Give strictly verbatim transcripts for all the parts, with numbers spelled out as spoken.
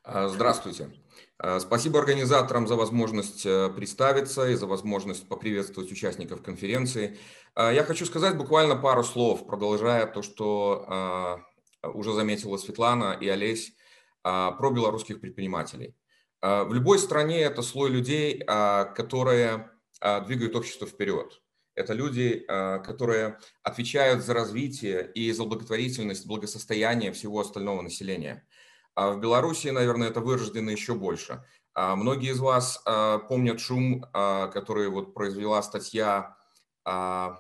А, Здравствуйте. А, Спасибо организаторам за возможность э, представиться и за возможность поприветствовать участников конференции. А, Я хочу сказать буквально пару слов, продолжая то, что а, уже заметила Светлана и Олесь, а, про белорусских предпринимателей. А, В любой стране это слой людей, а, которые а, двигают общество вперед. Это люди, а, которые отвечают за развитие и за благотворительность, благосостояние всего остального населения. А в Беларуси, наверное, это выражено еще больше. А Многие из вас а, помнят шум, а, который вот произвела статья а,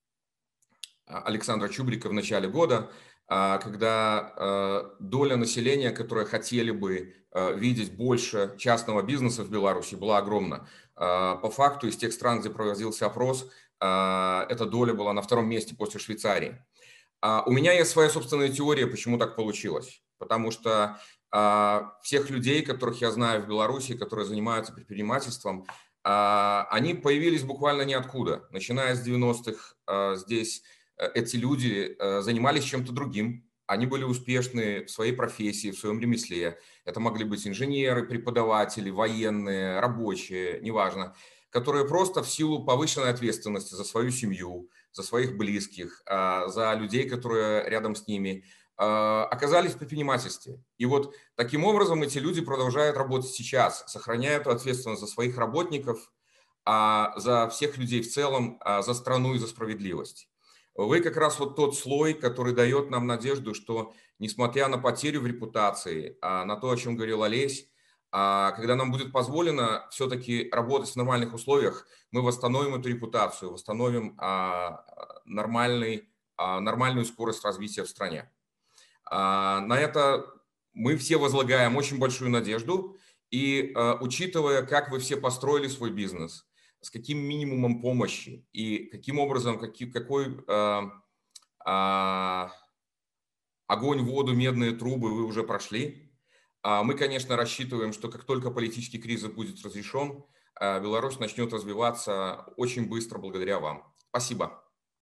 Александра Чубрика в начале года, а, когда а, доля населения, которая хотели бы а, видеть больше частного бизнеса в Беларуси, была огромна. А, По факту из тех стран, где проводился опрос, а, эта доля была на втором месте после Швейцарии. А, У меня есть своя собственная теория, почему так получилось. Потому что а, всех людей, которых я знаю в Беларуси, которые занимаются предпринимательством, а, они появились буквально ниоткуда. Начиная с девяностых, а, здесь э, эти люди э, занимались чем-то другим. Они были успешны в своей профессии, в своем ремесле. Это могли быть инженеры, преподаватели, военные, рабочие, неважно, которые просто в силу повышенной ответственности за свою семью, за своих близких, а, за людей, которые рядом с ними, а, оказались в предпринимательстве. И вот таким образом эти люди продолжают работать сейчас, сохраняя эту ответственность за своих работников, а, за всех людей в целом, а, за страну и за справедливость. Вы как раз вот тот слой, который дает нам надежду, что несмотря на потерю в репутации, а, на то, о чем говорил Олесь, а, когда нам будет позволено все-таки работать в нормальных условиях, мы восстановим эту репутацию, восстановим а, нормальный, а, нормальную скорость развития в стране. А, На это мы все возлагаем очень большую надежду. И а, учитывая, как вы все построили свой бизнес, с каким минимумом помощи и каким образом, каки- какой а, а, огонь, воду, медные трубы вы уже прошли, а, мы, конечно, рассчитываем, что как только политический кризис будет разрешен, а, Беларусь начнет развиваться очень быстро благодаря вам. Спасибо.